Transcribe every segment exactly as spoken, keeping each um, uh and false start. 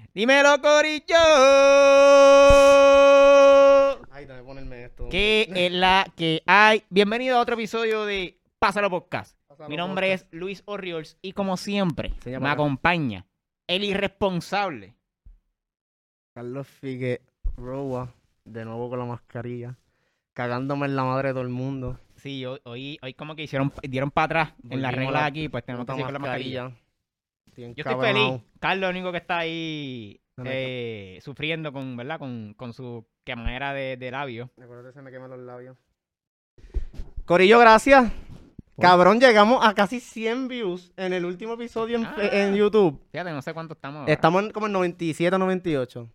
Dímelo, Corillo. Ay, déjame ponerme esto. ¿Qué es la que hay? Bienvenido a otro episodio de Pásalo Podcast. Pásalo Mi nombre Podcast. es Luis Orriols y como siempre Enseña me para acá. acompaña el irresponsable. Carlos Figueroa, de nuevo con la mascarilla, cagándome en la madre de todo el mundo. Sí, hoy, hoy, hoy como que hicieron, dieron para atrás en las Volvimos reglas la aquí, pues tenemos que puta seguir con la mascarilla. Estoy Yo estoy encabronado. feliz. Carlos, el único que está ahí Se me eh, sufriendo con, ¿verdad? Con, con su quemadera de, de labio. Recuerda que se me queman los labios. Corillo, gracias. Cabrón, llegamos a casi cien views en el último episodio en, Ah. en YouTube. Fíjate, no sé cuánto estamos ahora. Estamos en como en noventa y siete, noventa y ocho.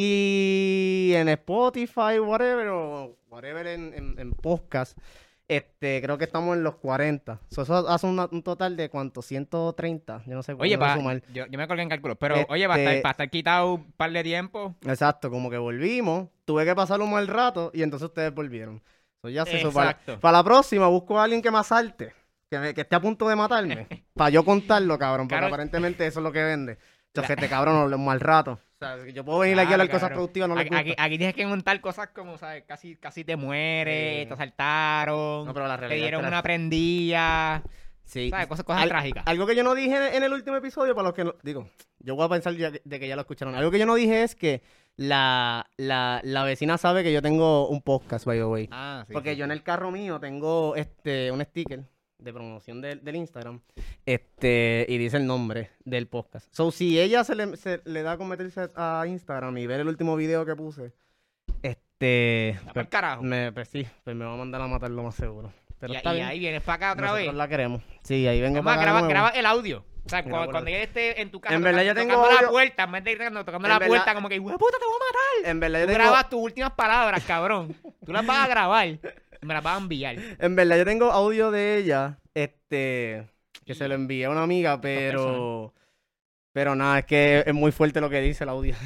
Y en Spotify, whatever, o whatever en, en, en podcast, este, creo que estamos en los cuarenta. So, eso hace una- un total de ¿cuánto? ciento treinta. Yo no sé Oye, cuánto pa, sumar. yo, yo me colgué en cálculo, pero Este- oye, para estar, para estar quitado un par de tiempo. Exacto, como que volvimos, tuve que pasar un mal rato y entonces ustedes volvieron. So, ya sé eso. Para, Exacto. para la próxima busco a alguien que me asalte, que, me- que esté a punto de matarme, para yo contarlo, cabrón, porque Claro. aparentemente eso es lo que vende. Entonces, este cabrón, un mal rato. O sea, yo puedo venir aquí a Claro, hablar cosas cabrón. productivas, no les Aquí, gusta. aquí, aquí tienes que montar cosas como, ¿sabes? Casi, casi te mueres, Sí. te asaltaron, No, pero la te realidad dieron es que una la- prendilla, Sí. ¿sabes? Cosas, cosas Al- trágicas. Algo que yo no dije en el último episodio, para los que no... Digo, yo voy a pensar ya que- de que ya lo escucharon. Algo que yo no dije es que la, la, la vecina sabe que yo tengo un podcast, by the way. Ah, sí. Porque sí, yo en sí. el carro mío tengo este un sticker de promoción del- del Instagram, este, y dice el nombre del podcast. So, si ella se le, se le da con meterse a Instagram y ver el último video que puse, este... Va pa'l pues, carajo. me, pues sí, pues me va a mandar a matar lo más seguro. Pero y está y bien. ahí vienes para acá otra Nosotros vez. la queremos. Sí, ahí vengo Es más, para acá de graba, nuevo. graba el audio. O sea, Grabo cuando, el cuando audio. ella esté en tu casa En verdad, tocando, yo tengo tocando la audio- puerta, en vez de tocando, tocando En la verdad- puerta, como que, "Hue puta, te voy a matar". En verdad, Tú yo tengo, grabas tus últimas palabras, cabrón. Tú las vas a grabar y me las vas a enviar. en verdad, yo tengo audio de ella, este, que se lo envié a una amiga, pero, pero nada, es que es muy fuerte lo que dice el audio.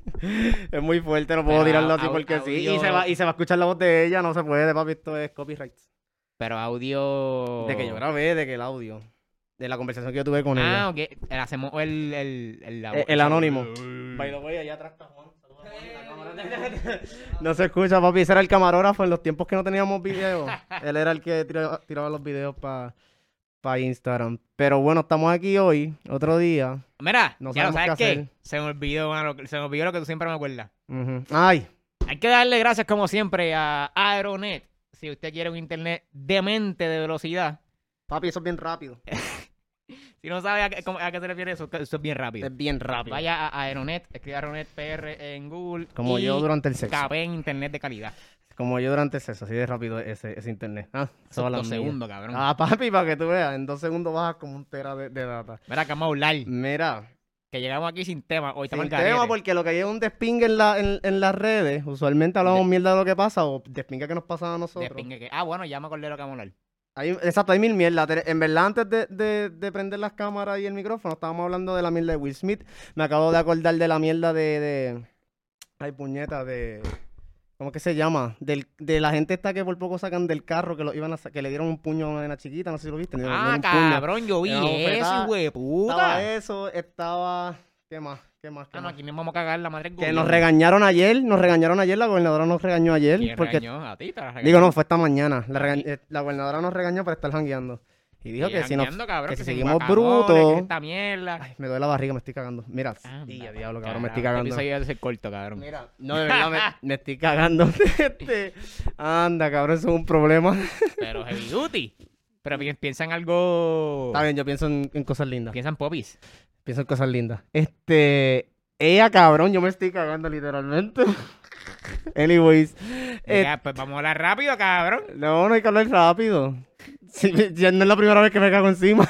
Es muy fuerte, no puedo Pero tirarlo así au- porque sí. Y audio- se va, y se va a escuchar la voz de ella, no se puede, papi, esto es copyright. Pero audio... De que yo grabé, de que el audio, de la conversación que yo tuve con ella. Ah, ok. El- Hacemos el... El, el, la El- voz. el anónimo. By the way, allá atrás está Juan. Saludos a Juan y la cámara. No se escucha, papi. Ese era el camarógrafo en los tiempos que no teníamos video. Él era el que tiraba, tiraba los videos para pa Instagram. Pero bueno, estamos aquí hoy, otro día. Mira, No ya lo sabemos sabes qué qué. hacer. Se me olvidó, mano, se me olvidó lo que tú siempre me acuerdas. Ujú. Ay, Hay que darle gracias, como siempre, a Aeronet. Si usted quiere un internet demente de velocidad. papi, eso es bien rápido. Si no sabe a qué, cómo- a qué se refiere eso, eso es bien rápido. Es bien rápido. Vaya a Aeronet, escriba Aeronet P R en Google. Como y yo durante el sexo. capé en internet de calidad. Como yo durante el sexo, así de rápido ese, ese internet. Ah, eso Son va a la dos mía. segundos, cabrón. Ah, papi, para que tú veas. En dos segundos bajas como un tera de, de data. Mira, que vamos a hablar. Mira, Que llegamos aquí sin tema. Hoy estamos sin al garete. tema, porque lo que hay es un despingue en, la, en, en las redes. Usualmente hablamos De- mierda de lo que pasa o despingue que nos pasa a nosotros. Despingue que- Ah, bueno, ya me acordé de lo que vamos a hablar. Hay, exacto, hay mil mierdas. Te- En verdad, antes de, de, de prender las cámaras y el micrófono, estábamos hablando de la mierda de Will Smith. Me acabo de acordar de la mierda de... de... Ay, puñeta, de... ¿Cómo que se llama? Del, de la gente esta que por poco sacan del carro, que lo iban a sa- que le dieron un puño a una nena chiquita, no sé si lo viste. le dieron Ah, un puño. cabrón, yo vi Era una eso, bofetada. güey, Estaba puta. eso, estaba... ¿Qué más? ¿Qué más? ¿Qué Ah, no, más? aquí mismo vamos a cagar la madre del Que nos gobierno. regañaron ayer, nos regañaron ayer, la gobernadora nos regañó ayer. ¿Quién porque regañó? ¿A ti te la regañó? Digo, no, fue esta mañana. La, ¿A regañ- ti? eh, la gobernadora nos regañó por estar jangueando. Y dijo Y que si, nos, jangueando, cabrón, que si sin seguimos guacamoles, brutos... que esta mierda. Ay, me duele la barriga, me estoy cagando. Mira, Anda, sí, a pa'l diablo, cabrón, me carajo. estoy cagando. Este episodio debe ser corto, cabrón. Mira, no, de verdad, me, me estoy cagando. Este, anda, cabrón, eso es un problema. Pero heavy duty. Pero pi- piensa en algo... Está bien, yo pienso en, en cosas lindas. Piensa en popis. Pienso en cosas lindas. Este, ella, cabrón, yo me estoy cagando literalmente. Anyways. eh, Ya, pues vamos a hablar rápido, cabrón. no, no hay que hablar rápido. Sí, ya no es la primera vez que me cago encima.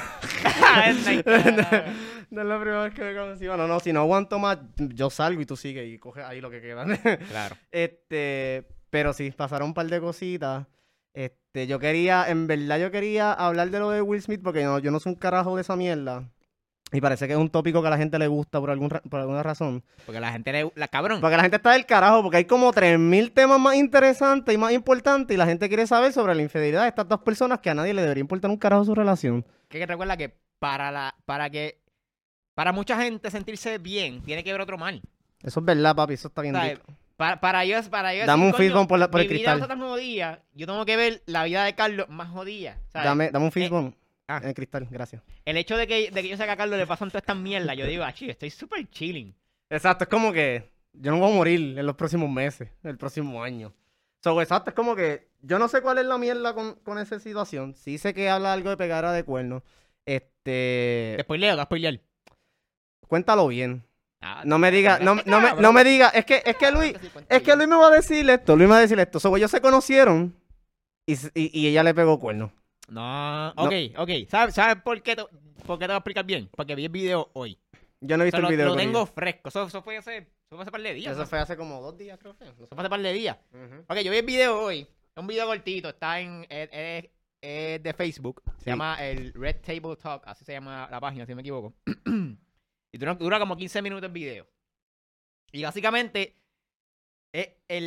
Ay, cabrón. No es la primera vez que me cago encima. No, no, si no aguanto más, yo salgo y tú sigues y coges ahí lo que queda. Claro. Este, pero sí, pasaron un par de cositas. Este, yo quería, en verdad yo quería hablar de lo de Will Smith porque no, yo no soy un carajo de esa mierda. Y parece que es un tópico que a la gente le gusta por, algún ra- por alguna razón. Porque la gente le... La cabrón. Porque la gente está del carajo, porque hay como tres mil temas más interesantes y más importantes y la gente quiere saber sobre la infidelidad de estas dos personas que a nadie le debería importar un carajo su relación. Que recuerda que para la... Para que para mucha gente sentirse bien, tiene que ver otro mal. Eso es verdad, papi. Eso está bien O sea, dicho. para, para ellos, para ellos Dame decir, un coño, fist bump por, la- por mi el vida cristal. está tan jodida, yo tengo que ver la vida de Carlos más jodida. ¿sabes? Dame, dame un fist Eh, bump ah. en el cristal. Gracias. El hecho de que, de que yo sé que a Carlos le pasan todas estas mierdas, yo digo, ah, chico, estoy súper chilling. Exacto. Es como que yo no voy a morir en los próximos meses, el próximo año. So, exacto. Es como que yo no sé cuál es la mierda con, con esa situación. Sí sé que habla algo de pegadera de cuernos. Este... Después leo, te spoilear. Cuéntalo bien. Ah, No me diga, no, este no me, cabrón. no me diga, es que, es que Luis, es que Luis me va a decir esto, Luis me va a decir esto. So, ellos se conocieron y, s- y, y ella le pegó cuerno. No, ok, ok. ¿Sabes sabe por, qué te, por qué te voy a explicar bien? Porque vi el video hoy. Yo no he O visto sea, el lo, video lo con tengo ella. fresco. Eso, eso fue hace, eso fue hace par de días. Eso ¿no? fue hace como dos días, creo que. No sé. Eso fue hace par de días. Ujú. Ok, yo vi el video hoy. Es un video cortito. Está en es, es- es de Facebook. Se Sí. llama el Red Table Talk. Así se llama la página, si no me equivoco. Y dura, dura como quince minutos el video. Y básicamente, es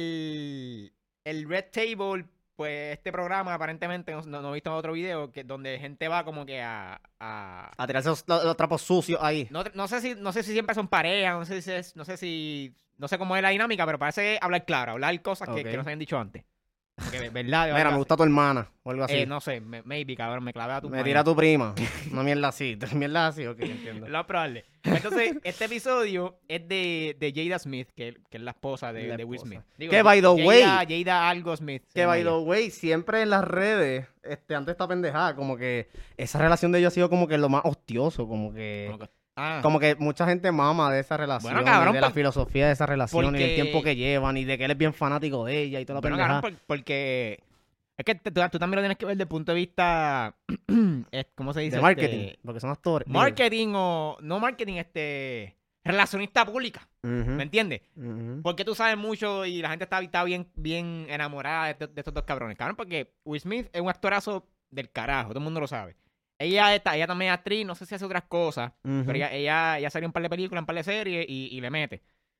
el, el Red Table, pues este programa aparentemente, no, no, no he visto otro video, que donde gente va como que a... a A tirarse los, los- los trapos sucios ahí. no, no sé si no sé si siempre son parejas, no sé si es- no sé si no sé cómo es la dinámica, pero parece hablar claro, hablar cosas que, Ok. que no se habían dicho antes. Porque, ¿verdad? Mira, me gusta tu hermana o algo así. Eh, no sé, me- maybe, cabrón, me clavé a tu me madre. tira tu prima. Una mierda así. Mierda así, ok, entiendo. Lo más probable. Entonces, este episodio es de, de Jada Smith, que, que es la esposa de, La de Will esposa. Smith. Que, by the Jada- way- Jada algo Smith. se Que llama by the ella. way, siempre en las redes, este, antes esta pendejada, como que esa relación de ellos ha sido como que lo más hostioso, como que... Como que- ah, Como que mucha gente mama de esa relación, Bueno, cabrón, y de la por- filosofía de esa relación, y porque- del tiempo que llevan, y de que él es bien fanático de ella y toda la bueno, pendejada. cabrón, por- porque es que tú, tú también lo tienes que ver desde el punto de vista, es- ¿cómo se dice? De marketing, Este, porque son actores. digo. marketing o no marketing, este relacionista pública, Ujú, ¿me entiendes? ujú. Porque tú sabes mucho y la gente está, está bien, bien enamorada de, estos- de estos dos cabrones. Cabrón, porque Will Smith es un actorazo del carajo, todo el mundo lo sabe. Ella está, ella también es actriz, no sé si hace otras cosas, Ujú. pero ella, ella, ella salió en un par de películas, en un par de series y, y le mete.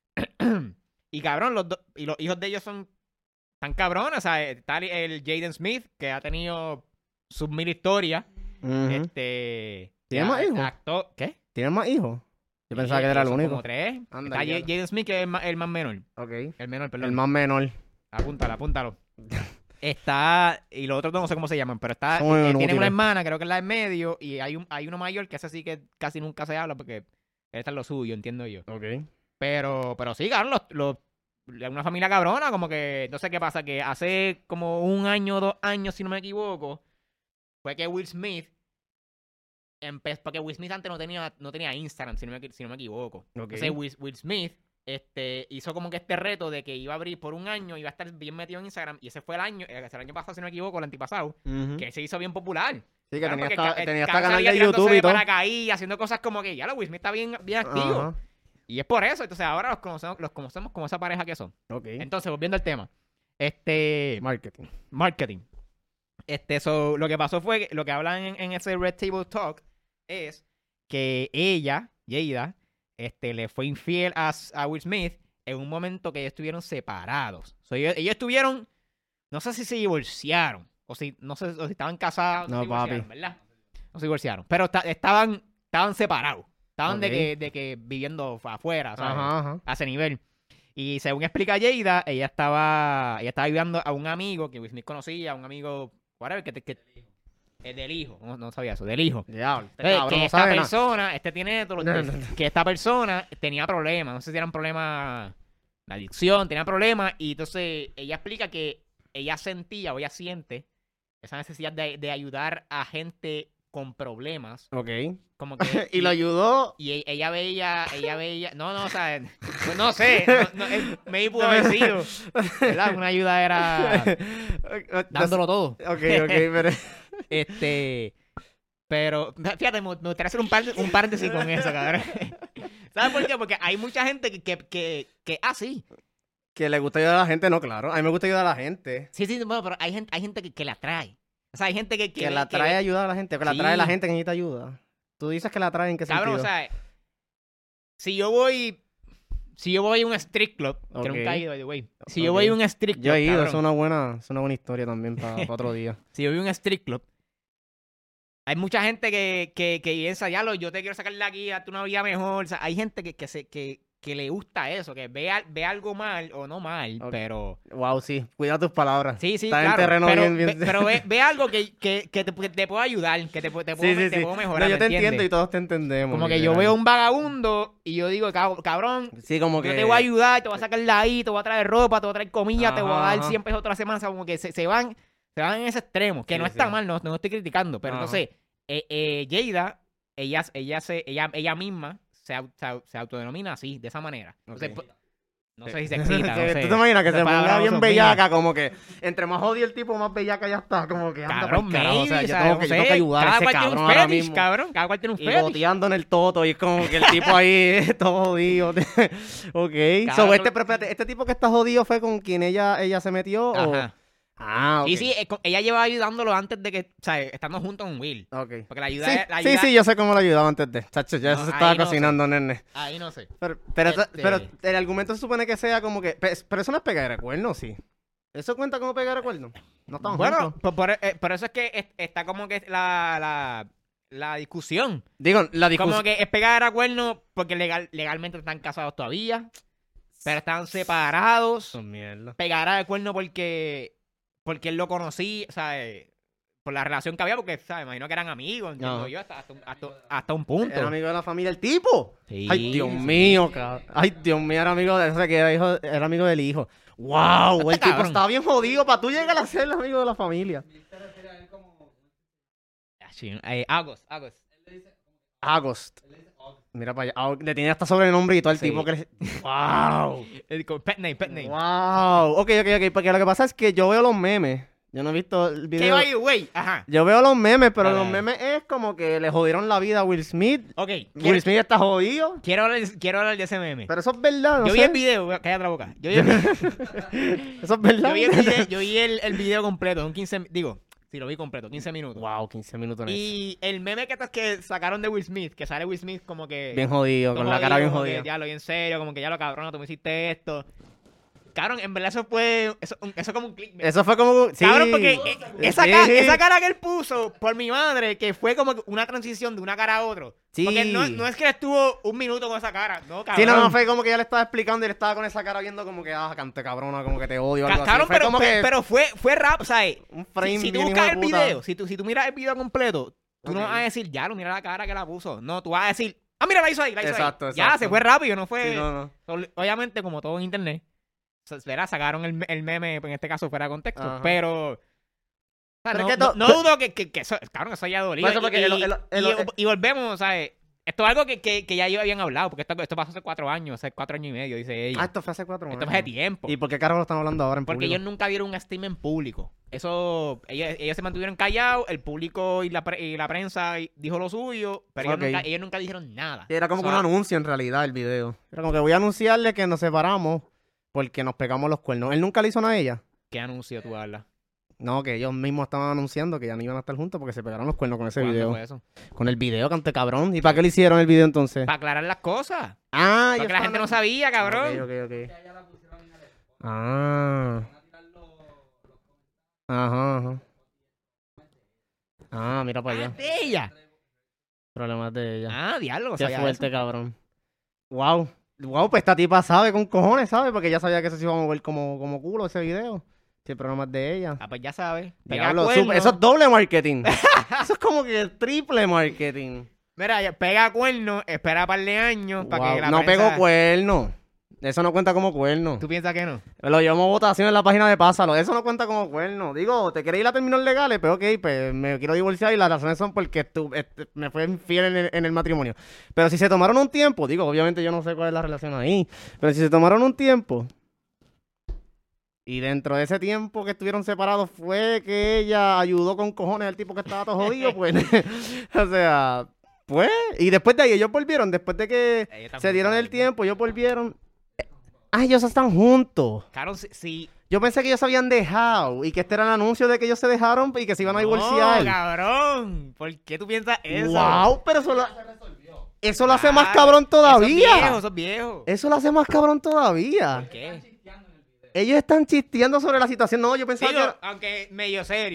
Y cabrón, los dos, y los hijos de ellos son tan cabrones. O sea, está el, el Jaden Smith, que ha tenido sus mil historias. Ujú. Este. ¿Tiene ya, más hijos? actor- ¿Qué? ¿Tienes más hijos? Yo pensaba Sí, que era el son único. Como tres. Anda, Está ya. Ja- Jaden Smith, que es el más, el más menor. Ok. El menor, perdón. El más menor. Apúntalo, apúntalo. Está. Y los otros no sé cómo se llaman, pero está. Son muy eh, tiene inútiles. una hermana, creo que es la en medio. Y hay, un, hay uno mayor que ese sí que casi nunca se habla porque él está en lo suyo, entiendo yo. Ok. Pero, pero sí, cabrón, los, los, una familia cabrona, como que, no sé qué pasa, que hace como un año o dos años, si no me equivoco, fue que Will Smith empezó, porque Will Smith antes no tenía, no tenía Instagram, si no me, equi- si no me equivoco. Ok. Entonces Will, Will Smith este, hizo como que este reto de que iba a abrir por un año, iba a estar bien metido en Instagram, y ese fue el año, eh, ese el año pasado, si no me equivoco, el antipasado, Ujú. que se hizo bien popular. Sí, que Claro, tenía porque hasta, ca- tenía el hasta cabrón canal salía de tirándose YouTube y todo. paracaídas, haciendo cosas como que ya la Will Smith está bien, bien activo. Ajá. Y es por eso, entonces ahora los conocemos, los conocemos como esa pareja que son. Ok. Entonces, volviendo al tema. Este, Marketing. marketing. Este, so, lo que pasó fue, que- lo que hablan en, en ese Red Table Talk es que ella, Jada, este, le fue infiel a, a Will Smith en un momento que ellos estuvieron separados. So, ellos, ellos estuvieron, no sé si se divorciaron, o si, no sé, o si estaban casados, No, se divorciaron, papi. ¿verdad? No se divorciaron, pero esta- estaban, estaban separados. Estaban de, Ok. que, de que viviendo afuera, ¿sabes? Ajá, ajá. A ese nivel. Y según explica Jada, ella estaba ella estaba ayudando a un amigo que Will Smith conocía, un amigo, whatever, que, que, eh, del hijo, no, no sabía eso, del hijo. Diablo. Este Eh, cabrón que no esta sabe nada. persona, este tiene todo lo No, que, no, no. que esta persona tenía problemas, no sé si eran problemas de adicción, tenía problemas, y entonces ella explica que ella sentía o ella siente esa necesidad de, de ayudar a gente con problemas, Ok. como que y lo ayudó. y e- ella veía, ella veía, no, no, o sea, no, no sé, no, no, eh, maybe pudo haber sido, ¿verdad? Una ayuda era dándolo todo. Ok, ok, pero... Este, pero, fíjate, me, me gustaría hacer un, par, un paréntesis con eso, cabrón. ¿Sabes por qué? Porque hay mucha gente que, que, que, que ah, sí, que le gusta ayudar a la gente, no, claro. A mí me gusta ayudar a la gente. sí, sí, bueno, pero hay gente, hay gente que, que la atrae. O sea, hay gente que... Que, Que, la que- trae a ayudar a la gente, que la Sí. trae a la gente que necesita ayuda. Tú dices que la trae en qué Cabrón, sentido. o sea, si yo voy... Si yo voy a un street club, que Ok. nunca he ido, by the way. Si yo Ok. voy a un street club, Yo he ido, cabrón, es una buena, es una buena historia también para otro día. si yo voy a un street club, hay mucha gente que, que, que piensa, ya lo, yo te quiero sacar de aquí, darte una vida mejor. O sea, hay gente que, que, se, que, que le gusta eso, que ve, al- ve algo mal o no mal, Ok. pero... Wow, sí. Cuida tus palabras. Sí, sí, Está claro. en terreno pero bien, bien. ve, pero ve, ve algo que, que, que te, que te pueda ayudar, que te, pu- te, puedo, Sí, sí, te sí. puedo No, mejorar, yo ¿me te entiendo entiendes? y todos te entendemos. Como que yo literal. veo un vagabundo y yo digo, "Cab- cabrón, Sí, como que... yo te voy a ayudar, te voy a sacar de ahí, te voy a traer ropa, te voy a traer comida, te voy a Ajá, dar ajá. cien pesos otra semana". O sea, como que se, se van se van en ese extremo, que Sí, no está sí. mal, no, no estoy criticando, pero Ajá. entonces, eh, eh, Jada, ella, ella, se, ella, ella misma se, au- se, au- se autodenomina así, de esa manera. Entonces, Ok. pues, no sé si se excita, Que no sé. ¿Tú te imaginas que Esas se ponga palabras no bien son bellaca? Como que entre más odio el tipo, más bellaca ya está. Como que anda Cabrón, pa'l carajo. O sea, maybe, yo o sea, tengo no que, yo sé, tengo que ayudar a cada ese cual tiene un cabrón ahora fetish, mismo. cabrón, cada cual tiene un Y fetish. boteando en el toto. Y es como que el tipo ahí todo jodido. Ok. So, Cabrón. este, pero espérate, ¿este tipo que está jodido fue con quien ella, ella se metió? o- Ajá. Ah, ok. Sí, sí, eh, co- ella llevaba ayudándolo antes de que, o sea, estando junto con Will. Ok. Porque la ayuda, Sí, la sí, ayuda sí, yo sé cómo lo ayudaba antes de. Chacho, ya No, eso se ahí estaba no sé. cocinando, nene. ahí no sé. Pero, pero, eso- Este- pero el argumento se supone que sea como que. pe- Pero eso no es pegar de cuerno, sí. ¿Eso cuenta como pegar de cuerno? No estamos Bueno, juntos. por, por- eh, por eso es que es- está como que la, la, la discusión. Digo, la discusión. Como que es pegar a cuerno porque legal, legalmente están casados todavía, pero están separados. Son mierda. Pegar a cuerno porque porque él lo conocí, o sea, eh, por la relación que había, porque, ¿sabes? Imagino que eran amigos, entiendo Ajá. yo, hasta, hasta, un- hasta, hasta un punto. Era amigo de la familia el tipo. Sí, Ay, Dios sí. mío, cabrón. Ay, Dios mío, era amigo de ese que era, hijo, era amigo del hijo. Wow, el Este tipo cabrón. estaba bien jodido para tú llegar a ser amigo de la familia. Ah, sí, eh, Agos, Agos. Agost. Mira para allá. Ah, le tiene hasta sobrenombre y todo el Sí. tipo que le... Wow. Eh, con Pet name, pet name. Wow. Ok, ok, ok. Porque lo que pasa es que yo veo los memes. Yo no he visto el ¿Qué video. va ahí, güey? Ajá. Yo veo los memes, pero Dale, los dale. memes es como que le jodieron la vida a Will Smith. Ok, Will quiero, Smith está jodido. quiero, hablar, quiero hablar de ese meme. Pero eso es verdad, no yo vi sé. el video, cállate la boca. Yo vi el, Eso es verdad. yo vi el video, yo vi el, el video completo, un quince, digo, sí, lo vi completo, quince minutos. Wow, quince minutos en eso. Y el meme que, que sacaron de Will Smith, que sale Will Smith como que... Bien jodido, todo con la cara bien como que, jodida. Ya lo vi en serio, como que ya lo cabrón, tú me hiciste esto. Cabrón, en verdad eso fue, eso, eso como un click. Eso fue como... Sí. Cabrón, porque eh, esa, Sí. ca- esa cara que él puso por mi madre, que fue como una transición de una cara a otro. Sí. Porque no, no es que él estuvo un minuto con esa cara, no, cabrón. Sí, no, no, fue como que ya le estaba explicando y le estaba con esa cara viendo como que, ah, cante cabrona, como que te odio. Ca- Algo así. cabrón, Fue pero, como pero, que pero fue, fue rap, ¿sabes? un Si, frame si tú bien buscas hijo el de puta. video, si tú, si tú miras el video completo, tú no Ok. vas a decir, ya, lo mira la cara que la puso. No, tú vas a decir, ah, mira, la hizo ahí, la hizo Exacto, ahí. Ya, exacto. se fue rápido, no fue... Sí, no, no. Sol- Obviamente, como todo en internet, sa- verá, sacaron el, me- el meme, en este caso fuera de contexto, Ajá. pero... o sea, Pero no, es que no- to- no dudo que, que, que eso, cabrón, eso haya dolido. Por eso, Y- porque y, el- el- el- y- el- y volvemos, ¿sabes? Esto es algo que, que, que ya ellos habían hablado, porque esto, esto pasó hace cuatro años, hace cuatro años y medio, dice ella. Ah, esto fue hace cuatro años. esto fue hace tiempo. ¿Y por qué carajo lo están hablando ahora en Porque público? ellos nunca dieron un stream en público. Eso, ellos, ellos se mantuvieron callados, el público y la, pre- y la prensa dijo lo suyo, pero Ok. ellos, nunca, ellos nunca dijeron nada. Era como O que sea, un anuncio en realidad el video. Era como que voy a anunciarle que nos separamos porque nos pegamos los cuernos. Él nunca le hizo nada a ella. ¿Qué anuncio tú hablas? No, que ellos mismos estaban anunciando que ya no iban a estar juntos porque se pegaron los cuernos con ese ¿Cuándo video. fue eso? Con el video, cante cabrón. ¿Y para qué le hicieron el video entonces? Para aclarar las cosas. Ah, Porque la gente no sabía, cabrón. Ok, ok, ok. Ah. Ajá, ajá. Ah, mira para Ah, allá. de ella. Problemas de ella. Ah, diablo, no Qué sabía fuerte, eso. cabrón. Wow. Wow, pues esta tipa sabe con cojones, ¿sabe? Porque ella sabía que eso se iba a mover como, como culo ese video. Si el programa es de ella. Ah, pues ya sabes. Pega Diablo, cuerno. super- eso es doble marketing. Eso es como que triple marketing. Mira, ya pega cuerno, espera un par de años para Wow, que la no prensa... pegó cuerno. Eso no cuenta como cuerno. ¿Tú piensas que no? Lo llevamos a votación en la página de Pásalo. Eso no cuenta como cuerno. Digo, ¿te querés ir a términos legales? Pues ok, pues me quiero divorciar y las razones son porque tú, este, me fue infiel en el, en el matrimonio. Pero si se tomaron un tiempo, digo, obviamente yo no sé cuál es la relación ahí, pero si se tomaron un tiempo y dentro de ese tiempo que estuvieron separados fue que ella ayudó con cojones al tipo que estaba todo jodido, pues, o sea, pues, y después de ahí ellos volvieron, después de que Ellos están se dieron juntos, el tiempo, ellos volvieron. Ah, ellos están juntos. Claro, si... si... Yo pensé que ellos se habían dejado y que este era el anuncio de que ellos se dejaron y que se iban a divorciar. No, cabrón. ¿Por qué tú piensas eso? Wow, pero eso lo, eso lo hace más Claro, cabrón Eso es todavía. viejo, eso es viejo. Eso lo hace más cabrón todavía. ¿Por qué? Ellos están chisteando sobre la situación. No, yo pensaba Digo, que era- aunque medio serio.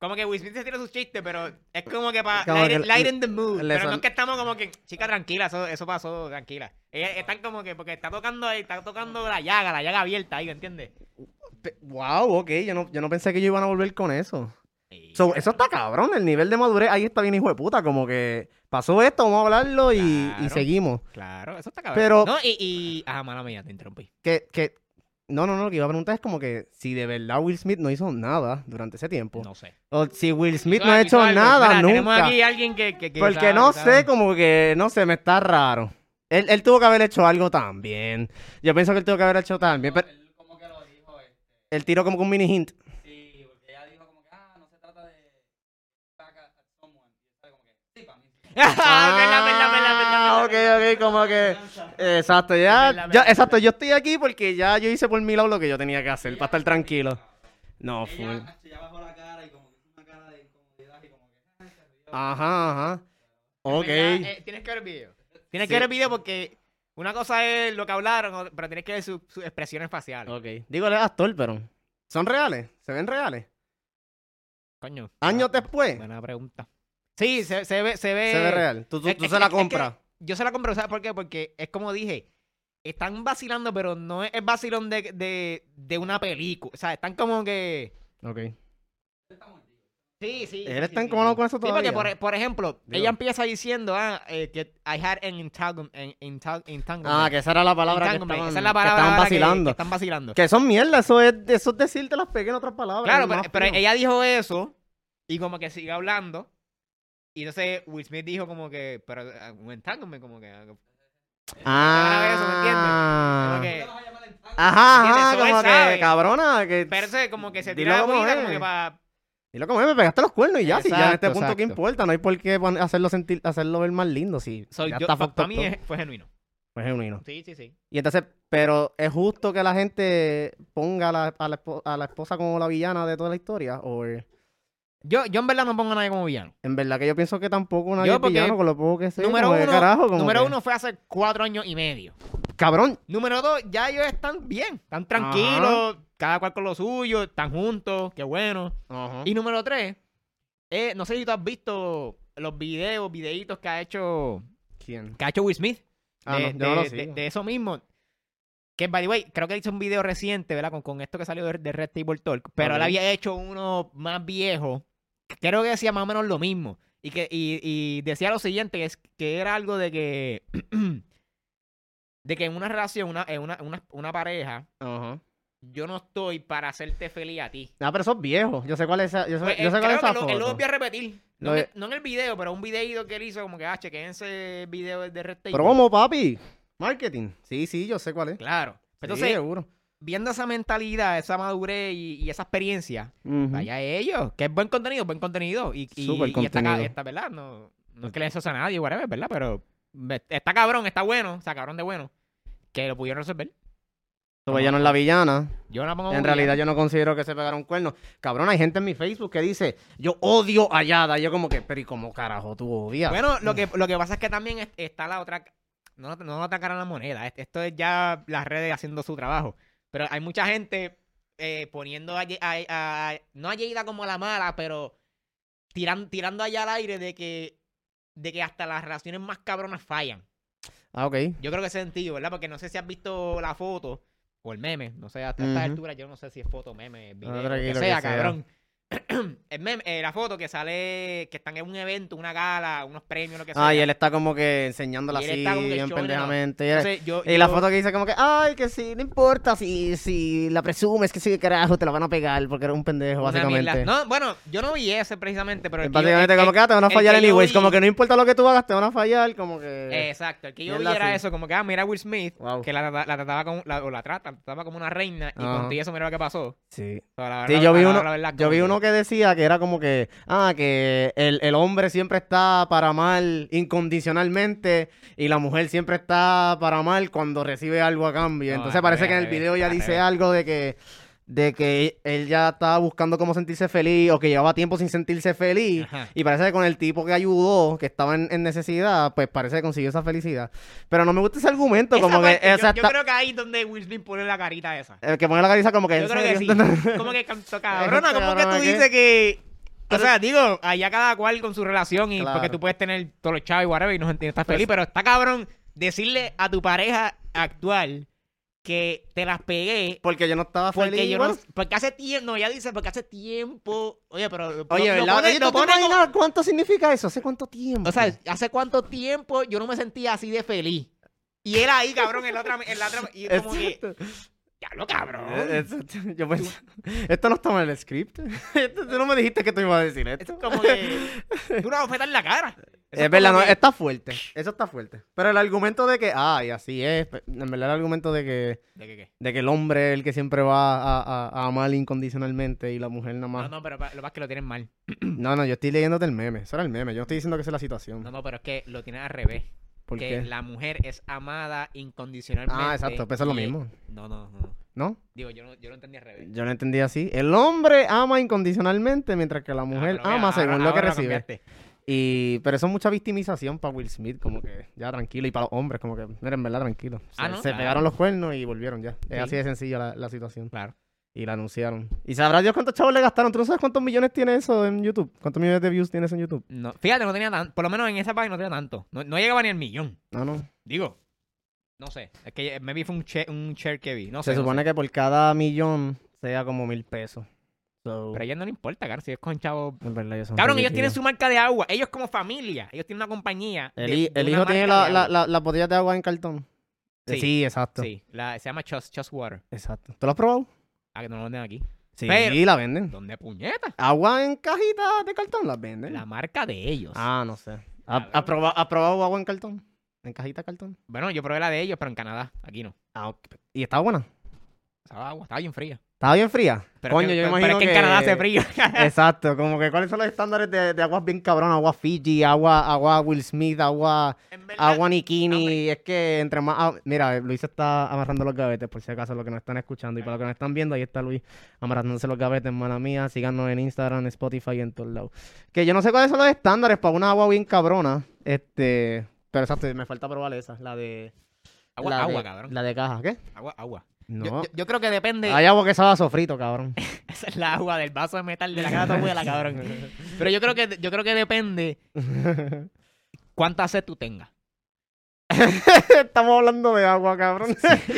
Como que Will Smith se tira sus chistes, pero es como que para Como lighten, que lighten the mood. le Pero no son- es que estamos como que, chica, tranquila, eso, eso pasó, tranquila. Ellas están como que, porque está tocando ahí, está tocando la llaga, la llaga abierta ahí, ¿me entiendes? Pe- Wow, ok, yo no, yo no pensé que ellos iban a volver con eso. Sí, So, eso está cabrón, el nivel de madurez ahí está bien hijo de puta, como que pasó esto, vamos a hablarlo y, y Claro. seguimos. Claro, eso está cabrón. Pero- No, y, y... Ajá, mala mía, te interrumpí. Que, que, no, no, no, lo que iba a preguntar es como que si de verdad Will Smith no hizo nada durante ese tiempo. No sé. O si Will Smith Hizo no ha algo, hecho hizo algo. nada Mira, Tenemos nunca. aquí a alguien que... que, que Porque sabe, no que sabe. sé, como que, no sé, me está raro. Él, él tuvo que haber hecho algo también. Yo pienso que él tuvo que haber hecho también, pero Él como que lo dijo, este, él tiró como que un mini hint. sí, porque ella dijo como que, ah, no se trata de back at at someone. Y él sabe como que, sí, para mí. sí. Ah, verdad, verdad, verdad, verdad, Ah, verdad, ok, ok, como que... Exacto, ya, Verdad, ya, verdad. exacto, yo estoy aquí porque ya yo hice por mi lado lo que yo tenía que hacer para estar tranquilo. No, full. Ella, ella bajó la cara y como que hizo una cara de incomodidad y como que, ah, se rió. Ajá, ajá. Ok. verdad, eh, tienes que ver el video. Tienes Sí. que ver el video porque una cosa es lo que hablaron, o- pero tienes que ver su- sus expresiones faciales. Ok. Digo, él es actor, pero... ¿Son reales? ¿Se ven reales? Coño. ¿Años buena- después? Buena pregunta. Sí, se, se ve, se ve. Se ve real. Tú, tú, Es- tú es se que- la es que compras. Yo se la compro, ¿sabes por qué? Porque es como dije, están vacilando, pero no es el vacilón de, de, de una película. O sea, están como que. Ok. Sí, sí. Él sí, está sí, incómodo sí. con eso Sí, porque, todavía. por, por ejemplo, Digo. ella empieza diciendo ah, eh, que I had an entanglement. en- entang- entanglement. Ah, que esa era la palabra que Entanglement. estaban, Esa es la que palabra estaban ahora que- vacilando. Que, Que, están vacilando. son mierda, eso es, eso es decirte las pegué en otras palabras. Claro, es pero, más pero fino. ella dijo eso y como que sigue hablando. Y entonces Will Smith dijo como que, pero uh, un entanglement, como que. uh, Ah, eso, ¿me entiendes? Como que- Ajá, ajá, ¿Entiendes? Eso como él que, sabe. cabrona, que... pero ese como que se Dilo tira de como huida, es. como que para. Dilo como es, me pegaste los cuernos y ya, si ya en este Exacto, punto, ¿qué exacto. importa? No hay por qué pon- hacerlo sentir, hacerlo ver más lindo, si Soy ya yo, está para fucked up mí todo. es- fue genuino. Pues es genuino. Sí, sí, sí. Y entonces, pero ¿es justo que la gente ponga a la, a la, espo- a la esposa como la villana de toda la historia? ¿O en Yo, yo en verdad no pongo a nadie como villano. verdad que yo pienso que tampoco nadie Yo es porque villano con lo poco que sé? número como que uno, carajo, como número que- uno fue hace cuatro años y medio. Cabrón, Número dos, ya ellos están bien, están tranquilos, cada cual con lo suyo, están juntos, qué bueno. Y número tres, eh, no sé si tú has visto los videos, videitos que ha hecho ¿quién? que ha hecho Will Smith. Ah, de, no, yo no lo de- de- sigo. de eso mismo. Que, by the way, creo que hizo un video reciente, ¿verdad? Con, con esto que salió de, de Red Table Talk. Pero él Ok. había hecho uno más viejo. que Creo que decía más o menos lo mismo. Y que y, y decía lo siguiente, que, es, que era algo de que... de que en una relación, una, en una, una, una pareja, Ajá. yo no estoy para hacerte feliz a ti. Ah, pero eso es viejo. Yo sé cuál es esa, yo sé, Pues, yo eh, sé cuál es creo esa que lo, él lo foto. volvió a repetir. No, Lo en, de- no en el video, pero un videíto que él hizo como que, ah, chequen ese video de Red Table. Pero ¿cómo, papi? Marketing. Sí, sí, yo sé cuál es. Claro. Sí, Entonces, seguro. viendo esa mentalidad, esa madurez y, y esa experiencia, Ujú. vaya ellos, que es buen contenido, buen contenido. Y, y, Súper y está, ca- contenido. está, ¿verdad? No, no es que le eso a nadie, whatever, ¿verdad? Pero ve- está cabrón, está bueno, o sea, cabrón de bueno, que lo pudieron resolver. So, ella no es la villana. Yo la pongo En realidad yo no considero que se pegaron cuernos. Cabrón, hay gente en mi Facebook que dice, yo odio a Yada. Y yo como que, pero ¿y cómo carajo tú odias? Bueno, lo que, lo que pasa es que también es- está la otra, no, no la otra cara de la moneda, es- esto es ya las redes haciendo su trabajo. Pero hay mucha gente eh, poniendo a, Ye- a- a- no a Yeida como la mala, pero tiran, tirando allá al aire de que, de que hasta las relaciones más cabronas fallan. Ah, ok. Yo creo que ese sentido, ¿verdad? Porque no sé si has visto la foto o el meme, no sé, hasta esta Ujú. altura yo no sé si es foto, meme, video, Ah, lo que tranquilo, sea, que sea. cabrón. el meme, eh, la foto que sale, que están en un evento, una gala, unos premios, lo que sea. Ah, y él está como que enseñándola Y él así, está como que bien showing it pendejamente. Y, él- Entonces, yo, y la yo- foto que dice como que, ay, que sí, no importa si, si la presumes, que sí, carajo, te la van a pegar porque eres un pendejo, una básicamente. mierda. No, bueno, yo no vi ese precisamente, pero... Es el que yo- básicamente el- como el- que ah, te van a el fallar que yo anyways, vi- como que no importa lo que tú hagas, te van a fallar, como que... Exacto, el que yo vi Mierda era así. eso, como que, ah, mira a Will Smith, Wow. que la, la, la trataba como, la, o la trata, la trataba como una reina, y Ajá. contigo eso mira lo que pasó. Sí. O sea, la Sí, verdad- yo vi la- uno, la verdad, yo como vi que- uno que decía que era como que, ah, que el, el hombre siempre está para amar incondicionalmente y la mujer siempre está para amar cuando recibe algo a cambio. No, Entonces al parece revés, que en al el revés, video ya al dice revés. algo de que, de que él ya estaba buscando cómo sentirse feliz o que llevaba tiempo sin sentirse feliz. Ajá. Y parece que con el tipo que ayudó, que estaba en, en necesidad, pues parece que consiguió esa felicidad. Pero no me gusta ese argumento, Esa como que... parte, yo- esa yo, está- creo que ahí es donde Will Smith pone la carita esa. el que pone la cabeza como que... Yo ¿en creo que sí. serio? Como que canto cabrona, como que Cabrona, tú ¿qué? dices que O sea, digo, allá cada cual con su relación y Claro. porque tú puedes tener todos los chavos y whatever y no entiendes, estás Pues- feliz, pero está cabrón decirle a tu pareja actual que te las pegué Porque yo no estaba porque feliz yo igual. no, porque hace tiempo, no, ella dice porque hace tiempo, oye, pero lo- Oye, lo ¿verdad? pone- Oye, lo ¿tú te pone como- imaginas cuánto significa eso? ¿Hace cuánto tiempo? o sea, hace cuánto tiempo yo no me sentía así de feliz. Y él ahí, cabrón, en la otra, en la otra, y es como que, Exacto. diablo, cabrón. Eh, Exacto. Yo pensé, esto no estaba en el script. Esto- Tú no me dijiste que tú ibas a decir Es esto. como que una bofeta en la cara. Eso Es verdad, como no, que- está fuerte. Eso está fuerte. Pero el argumento de que, ay, así es. En verdad, el argumento de que, ¿De qué qué? de que el hombre es el que siempre va a, a- a amar incondicionalmente y la mujer nada No, más. no, pero pa- lo que pasa es que lo tienen mal. No, no, yo estoy leyéndote el meme. Eso era el meme. Yo no estoy diciendo que esa es la situación. No, no, pero es que lo tienen al revés. ¿Por que qué? la mujer es amada incondicionalmente. Ah, exacto. Pues eso es lo y- mismo. No, no, no. ¿No? Digo, yo no, yo lo entendí al revés. Yo lo entendí así. El hombre ama incondicionalmente mientras que la mujer Ah, pero ama ahora- según lo que ahora recibe. cambiaste. Y, pero eso es mucha victimización para Will Smith, como que ya tranquilo. Y para los hombres, como que, miren, en verdad, tranquilo. Se, Ah, no, se claro. pegaron los cuernos y volvieron ya. Es Sí. así de sencilla la, la situación. Claro. Y la anunciaron. ¿Y sabrá Dios cuántos chavos le gastaron? ¿Tú no sabes cuántos millones tiene eso en YouTube? ¿Cuántos millones de views tiene eso en YouTube? No, fíjate, no tenía tanto. Por lo menos en esa página no tenía tanto. No, no llegaba ni al millón. No, no. Digo. No sé. Es que maybe fue un, che- un share que vi. No sé. Se no supone sé. que por cada millón sea como mil pesos. So, Pero a ella no le importa, cabrón. Si es con chavo. en verdad, ellos son Cabrón, ellos tienen ridículos. su marca de agua. Ellos como familia. Ellos tienen una compañía. El, de- hi- de el una hijo tiene marca la, de la, agua. la, las botellas de agua en cartón. Eh, Sí. Sí, exacto. Sí. La, se llama Just, Just Water. Exacto. ¿Tú lo has probado? Ah, que no lo venden aquí. Sí, Pero- la venden. ¿Dónde puñeta? Agua en cajitas de cartón las venden. La marca de ellos. Ah, no sé. ¿Ha, Cabrón. ha probado, ha probado agua en cartón? ¿En cajita de cartón? Bueno, yo probé la de ellos, pero en Canadá. Aquí no. Ah, ok. ¿Y está buena? Estaba agua, estaba bien fría. ¿Estaba bien fría? Pero Coño, es que, yo pero- imagino pero es que, que... en Canadá hace frío. Exacto, como que ¿cuáles son los estándares de, de aguas bien cabrón? Agua Fiji, agua, agua Will Smith, agua, En verdad, agua Nikini. hombre. Es que entre más... ah, mira, Luis está amarrando los gavetes, por si acaso, los que nos están escuchando. Y para los que nos están viendo, ahí está Luis amarrándose los gavetes, mala mía. Síganos en Instagram, en Spotify y en todos lados. Que yo no sé cuáles son los estándares para una agua bien cabrona. Este... Pero exacto, me falta probar esa, la de... agua, la agua, de- cabrón. La de caja, ¿qué? Agua, agua. No. Yo, yo- yo creo que depende. Hay agua que sabe a sofrito, cabrón. Esa es la agua del vaso de metal de la cara de tu abuela, cabrón. Pero yo creo que yo creo que depende cuánta sed tú tengas. Estamos hablando de agua, cabrón.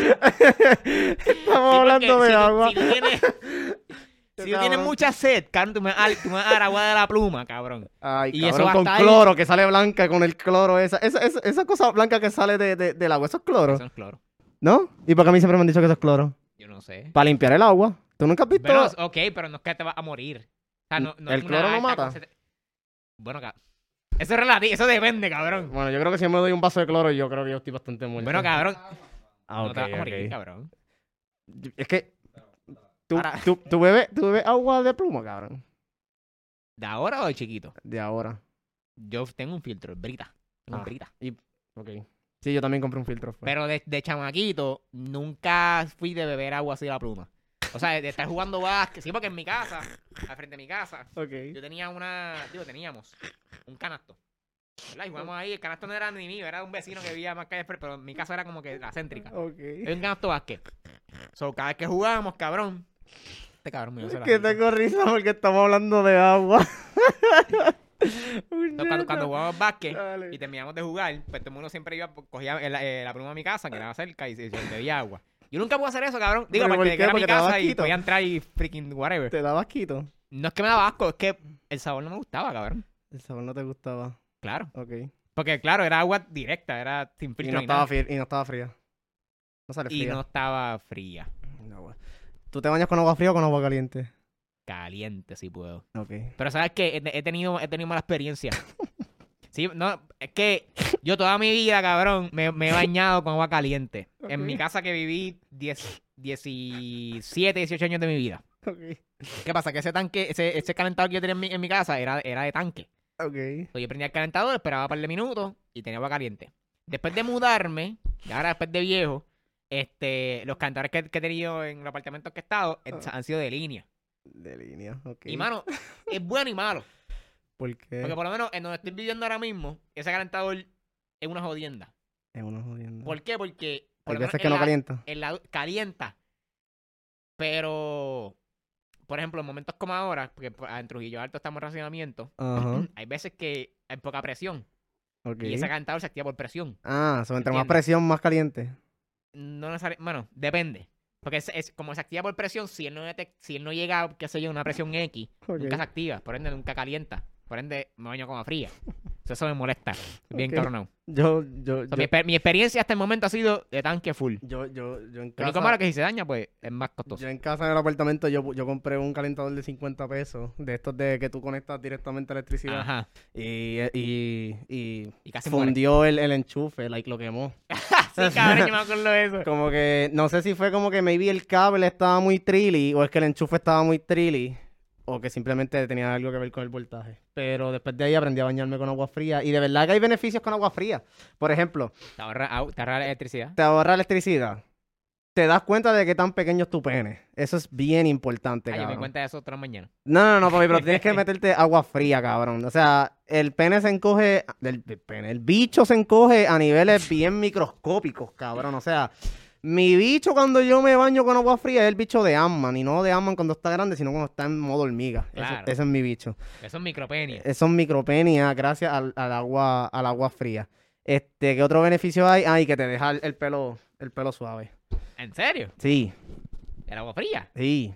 Estamos hablando porque de si tú- agua. Si tú tienes, si tú tienes Cabrón. mucha sed, cabrón, tú me, vas a dar- tú me vas a dar agua de la pluma, cabrón. Ay, y cabrón, eso va a con estar ahí. cloro, que sale blanca con el cloro. Esa, esa, esa, esa cosa blanca que sale de, de- del agua, eso es cloro, Eso no es cloro. ¿no? ¿Y por qué a mí siempre me han dicho que eso es cloro? Yo no sé. Para limpiar el agua. ¿Tú nunca has visto? Pero, ok, pero no es que te vas a morir. O sea, no, no ¿El es una cloro no alta mata? concentra- Bueno, ca- eso es relativo, eso depende, cabrón. Bueno, yo creo que si yo me doy un vaso de cloro, yo creo que yo estoy bastante muerto. Bueno, cabrón. Ah, no ok, te vas a morir, ok. cabrón. Es que... ¿Tú, Ahora- tú, tú bebes, ¿Tú bebes agua de pluma, cabrón? ¿De ahora o de chiquito? De ahora. Yo tengo un filtro, es Brita. Tengo un Ah. Brita. Ok. Sí, yo también compré un filtro. fue. Pero de, de chamaquito, nunca fui de beber agua así de la pluma. O sea, de estar jugando básquet. Sí, porque en mi casa, al frente de mi casa, Ok. yo tenía una. Digo, teníamos un canasto. ¿Verdad? Y jugamos ahí. El canasto no era ni mío, era de un vecino que vivía más calle, pero en mi casa era como que la céntrica. Ok. Es un canasto básquet. So, cada vez que jugábamos, cabrón. Este cabrón mío se la Que hizo. tengo risa porque estamos hablando de agua. Entonces, cuando, cuando jugábamos básquet Dale. y terminamos de jugar, pues todo el mundo siempre iba, cogía el- eh, la pluma de mi casa, que estaba cerca, y se, se bebía agua. Yo nunca pude hacer eso, cabrón. Digo, ¿Pero por porque qué? que era mi ¿Porque te daba casa y asquito? podía entrar y freaking whatever. ¿Te daba asquito? No es que me daba asco, es que el sabor no me gustaba, cabrón. El sabor no te gustaba. Claro. Ok. Porque, claro, era agua directa, era sin Y filtro no, ni estaba nada. fría, y no estaba fría. No sale Y fría. no estaba fría. No, güey. ¿Tú te bañas con agua fría o con agua caliente? Caliente, si puedo. Ok. Pero, ¿sabes qué? He, he tenido, he tenido mala experiencia. Sí, no, es que yo toda mi vida, cabrón, me, me he bañado con agua caliente. En Ok. mi casa que viví diez, diecisiete, dieciocho años de mi vida. Ok. ¿Qué pasa? Que ese tanque, ese, ese calentador que yo tenía en mi, en mi casa era, era de tanque. Ok. Entonces, yo prendía el calentador, esperaba un par de minutos y tenía agua caliente. Después de mudarme, y ahora después de viejo, este, los calentadores que, que he tenido en los apartamentos que he estado eh, Ah. han sido de línea. De línea, ok. Y, mano, es bueno y malo. ¿Por qué? Porque por lo menos en donde estoy viviendo ahora mismo, ese calentador es una jodienda. Es una jodienda. ¿Por qué? Porque por Hay lo veces menos que en no la- calienta. en la- calienta. Pero por ejemplo, en momentos como ahora, porque pues, en Trujillo Alto estamos en racionamiento, Ajá. hay veces que hay poca presión Ok. y ese calentador se activa por presión. Ah, so, entre más ¿Entiendes? presión, más caliente. No necesariamente, bueno, depende. Porque es, es- como se activa por presión, si él no, detec- si él no llega a, qué sé yo, una presión X, Ok. nunca se activa, por ende nunca calienta. Por ende, me baño con agua fría. Eso, eso me molesta. Bien Ok. cabronado. Yo, yo, So, yo, mi, exper- mi experiencia hasta el momento ha sido de tanque full. yo, yo, yo en Lo único casa... malo es que si se daña, pues es más costoso. Yo en casa, en el apartamento, yo, yo compré un calentador de cincuenta pesos, de estos de que tú conectas directamente a electricidad. Ajá. Y, y, y Y casi muere. fundió el, el enchufe, like, lo quemó. Sí, cabrón, yo me acuerdo de eso. Como que, no sé si fue como que maybe el cable estaba muy trilly, o es que el enchufe estaba muy trilly, o que simplemente tenía algo que ver con el voltaje. Pero después de ahí aprendí a bañarme con agua fría, y de verdad que hay beneficios con agua fría. Por ejemplo, Te ahorra, au- te ahorra la electricidad. te ahorra electricidad. Te das cuenta de qué tan pequeño es tu pene. Eso es bien importante, Ah, yo me cabrón. di cuenta de eso otra mañana. No, no, no, papi, pero tienes que meterte agua fría, cabrón. O sea, el pene se encoge, el, el pene, el bicho se encoge a niveles bien microscópicos, cabrón. O sea, mi bicho cuando yo me baño con agua fría es el bicho de Ant-Man. Y no de Ant-Man cuando está grande, sino cuando está en modo hormiga. Eso- Claro. ese es mi bicho. Eso es micropenia. Esos son micropenias gracias al, al agua, al agua fría. Este, ¿qué otro beneficio hay? Ay, que te deja el, el pelo, el pelo suave. ¿En serio? Sí, ¿El agua fría? sí.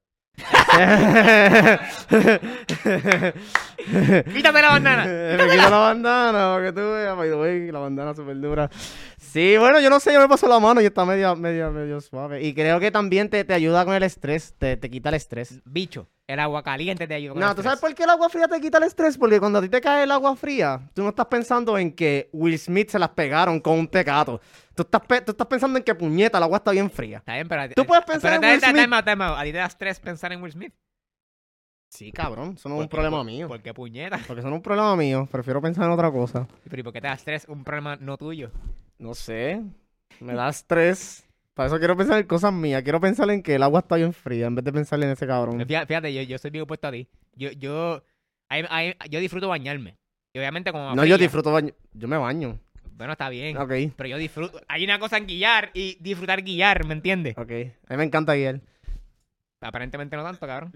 ¡Quítate la bandana! Me quito la bandana, para que tú veas, by the way, la bandana súper dura. Sí, bueno, yo no sé, yo me paso la mano y está media, media, medio suave. Y creo que también te, te ayuda con el estrés, te, te quita el estrés. Bicho, el agua caliente te ayuda con No, el ¿tú sabes estrés. por qué el agua fría te quita el estrés? Porque cuando a ti te cae el agua fría, tú no estás pensando en que Will Smith se las pegaron con un tecato. Tú estás, pe- tú estás pensando en que puñeta, el agua está bien fría. Está bien, pero... a ti- Tú puedes pensar pero en Will time- Smith. time out, time out. ¿A ti te da estrés pensar en Will Smith? Sí, cabrón, eso no es ¿Por un qué? problema ¿Por- mío. ¿Por qué puñeta? Porque eso no es un problema mío, prefiero pensar en otra cosa. ¿Pero y por qué te da estrés un problema no tuyo? No sé, me da estrés. Para eso quiero pensar en cosas mías. Quiero pensar en que el agua está bien fría en vez de pensar en ese cabrón. Fíjate, fíjate, yo, yo soy bien opuesto a ti. Yo, yo, ay- ay- yo disfruto bañarme. Y obviamente como... No, yo disfruto baño. Yo me baño. Bueno, está bien. Ok, Pero yo disfruto... Hay una cosa en guiar y disfrutar guiar, ¿me entiendes? ok. A mí me encanta guiar. Aparentemente no tanto, cabrón.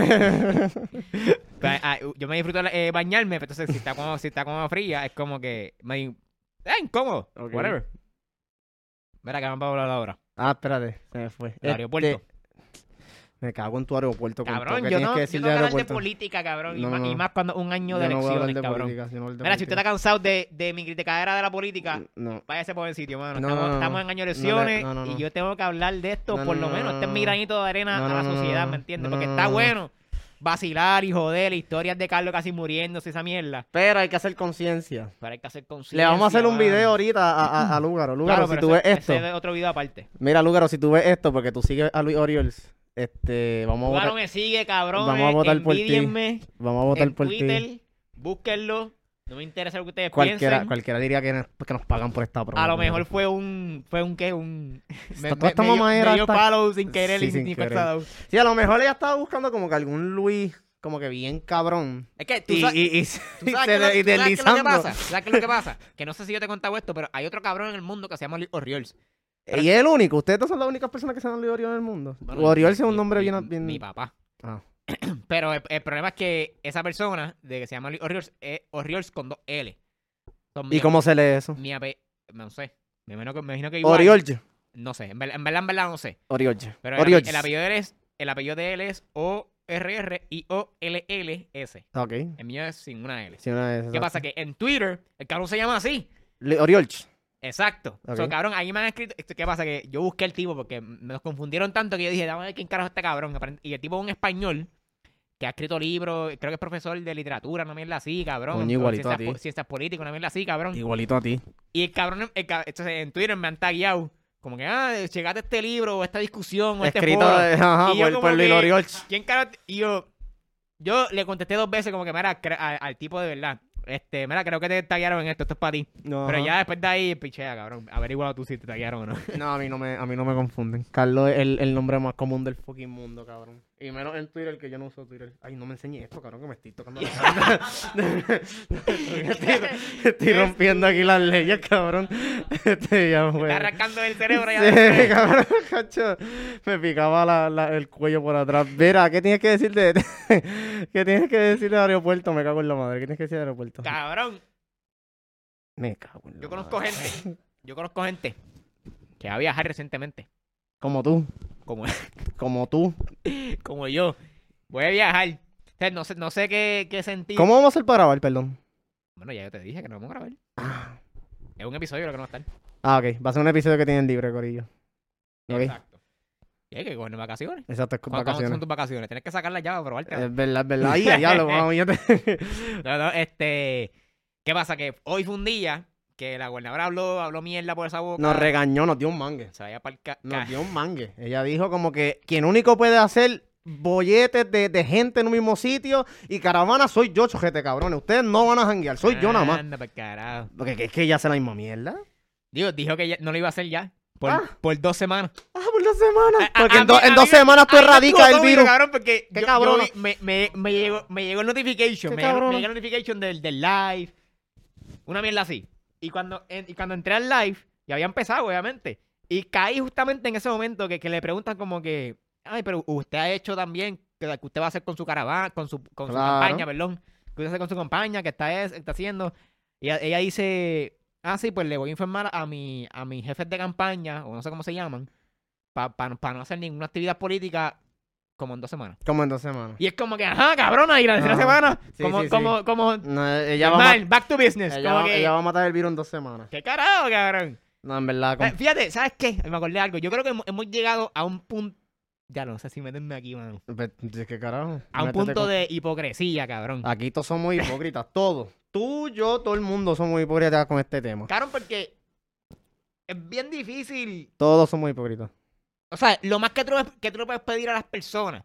Pues, ah, yo me disfruto eh, bañarme, pero entonces si está como, si está como fría, es como que... Me, eh, incómodo. Ok. Whatever. Mira, que vamos a hablar ahora. Ah, espérate, se me fue. El Este, aeropuerto. Me cago en tu aeropuerto. con todo Cabrón, que yo tienes no, que yo decir no de voy a hablar de aeropuerto. política, cabrón. No, y, más, no, y no. más cuando un año de Yo no voy a hablar elecciones, de cabrón. política. yo no voy a hablar de Mira, si usted está política. cansado de, de mi criticadera de la política, No. váyase por el sitio, mano. No, estamos, no, no, estamos no. en año de No le- elecciones no, no, no. y yo tengo que hablar de esto, No, por no, lo no, menos. no, Este es mi no. granito de arena No, a la no, no, sociedad, no. ¿me entiendes? No, Porque no, está no. bueno vacilar y joder, historias de Carlos casi muriéndose, esa mierda. Pero hay que hacer conciencia. Pero hay que hacer conciencia. Le vamos a hacer un mano. video ahorita a, a, a Lúgaro. Lúgaro, Claro, si pero tú ves ese- esto. ese es otro video aparte. Mira, Lúgaro, si tú ves esto, porque tú sigues a Luis Orioles, este, vamos a Claro, votar, me sigue, cabrón. Vamos a votar por ti. Envidienme vamos a votar en por Twitter, ti. búsquenlo. No me interesa lo que ustedes Cualquiera, piensen. cualquiera diría que, nos- que nos pagan por esta prueba. A lo mejor fue un... Fue un qué, un... Está- toda esta dio- mamadera me dio está- follow sin querer Sí, y sin ni querer. pensado. Sí, a lo mejor ella estaba buscando como que algún Luis, como que bien cabrón. Es que tú Y, sabes... y, y, ¿Tú y sabes se qué es lo- de- y tú sabes qué es lo que deslizando. pasa? ¿Sabes qué es lo que pasa? Que no sé si yo te he contado esto, pero hay otro cabrón en el mundo que se llama Luis Orioles. Y es el único. Ustedes dos son las únicas personas que se llaman Luis Orioles en el mundo. Bueno, Orioles es un mi- nombre mi- bien... bien... Mi papá. Ah. Pero el, el problema es que esa persona, de que se llama Luis Orioles, es Orioles con dos L. Son ¿Y mi- cómo se lee eso? Mi ape... No sé. Me imagino que, me imagino que igual. Oriolje. No sé. En verdad, en verdad, en verdad no sé. Oriolje. Pero el, ape- Oriolje. el apellido de él es... El apellido de él es O R R I O L L S. Ok. El mío es sin una L. Sí, una vez, ¿Qué exacto. pasa? Que en Twitter el cabrón se llama así. Le- Oriolje. Exacto. Ok. So, cabrón, ahí me han escrito... esto, ¿Qué pasa? Que yo busqué el tipo porque me los confundieron tanto que yo dije, vamos a ver quién carajo es este cabrón. Y el tipo es un español que ha escrito libros, creo que es profesor de literatura, una mierda así, cabrón. Coño, igualito a ciencias, ti. po- ciencias políticas, una mierda así, cabrón. Igualito a ti. Y el cabrón, el cab- entonces en Twitter me han tagueado como que, ah, chegaste este libro o esta discusión o este Escrito foro. de- ajá, Y yo por, como por Luis que- Oriolje. ¿Quién carajo? Y yo, yo le contesté dos veces como que, mira, cre- a- al tipo de verdad. este, mira, creo que te taguearon en esto, esto es para ti. No, Pero ajá. ya después de ahí, pichea, cabrón. Averigua tú si te taguearon o no. No, a mí no me, a mí no me confunden. Carlos es el, el nombre más común del fucking mundo, cabrón. Y menos en Twitter, que yo no uso Twitter. Ay, no me enseñes esto, cabrón, que me estoy tocando la cara. estoy, estoy rompiendo aquí las leyes, cabrón. Este ya fue. Está arrancando el cerebro ya. Sí, cabrón, cacho. Me picaba la, la- el cuello por atrás. Mira, ¿qué tienes que decir de ¿qué tienes que decir del aeropuerto? Me cago en la madre. ¿Qué tienes que decir del aeropuerto? Cabrón, Me cago en la yo conozco madre. gente. Yo conozco gente que va a viajar recientemente. Como tú, Como, como tú. como yo. Voy a viajar. O sea, no sé, no sé qué, qué sentir. ¿Cómo vamos a hacer para grabar, perdón? Bueno, ya yo te dije que no vamos a grabar. Es un episodio lo que no va a estar. Ah, ok. Va a ser un episodio que tienen libre, corillo. Ok. Exacto. Y hay que coger vacaciones. Exacto, es ¿Cuándo cuándo vacaciones. son tus vacaciones? Tienes que sacarlas ya para probarte. Es verdad, es verdad. Ahí, allá lo vamos, yo te... No, no, este... ¿Qué pasa? Que hoy fue un día que la gobernadora habló, habló mierda por esa boca. Nos regañó, nos dio un mangue. Se vaya para el ca... Nos ca- dio un mangue. Ella dijo como que quien único puede hacer bolletes de, de gente en un mismo sitio y caravana soy yo, chojete, cabrones. Ustedes no van a janguear, soy yo nada más. Anda, pa'l carajo. Porque que- es que ella hace la misma mierda. Digo, dijo que ya no lo iba a hacer ya. Por, Ah. por dos semanas. Ah, por dos semanas. A- a- Porque a en, do- mí- en a dos mí- semanas tú a mí me erradicas estuvo el cómico, virus. cabrón, porque Qué yo- yo cabrona. vi- me, me, me, llegó, me llegó el notification. Qué Me llegó, cabrona. me llegó el notification del, del live. Una mierda así. Y cuando, en- y cuando entré al live, ya había empezado, obviamente. Y caí justamente en ese momento que, que le preguntan como que, ay, pero usted ha hecho también, que, que usted va a hacer con su caravana, con su, con su Claro. campaña, perdón. Que usted hace con su campaña, que está, es- está haciendo. Y ella, ella dice, ah, sí, pues le voy a informar a mi, a mis jefes de campaña, o no sé cómo se llaman, para pa, pa no hacer ninguna actividad política como en dos semanas. Como en dos semanas. Y es como que, ajá, cabrona, y la tercera Ajá. semana, Sí, como, sí, sí. como, como, No, ella, va a, normal, ma- back to business. ella, como va- que, ella va a matar el virus en dos semanas. ¿qué carajo, cabrón? No, en verdad. con- Eh, Fíjate, ¿sabes qué? Me acordé de algo. Yo creo que hemos, hemos llegado a un punto, ya no sé si meterme aquí, mano, ¿De qué carajo? a un Métete punto con- de hipocresía, cabrón. Aquí todos somos hipócritas, todos. Tú, yo, todo el mundo somos hipócritas con este tema. Cabrón, porque es bien difícil. Todos somos hipócritas. O sea, lo más que tú, que tú le puedes pedir a las personas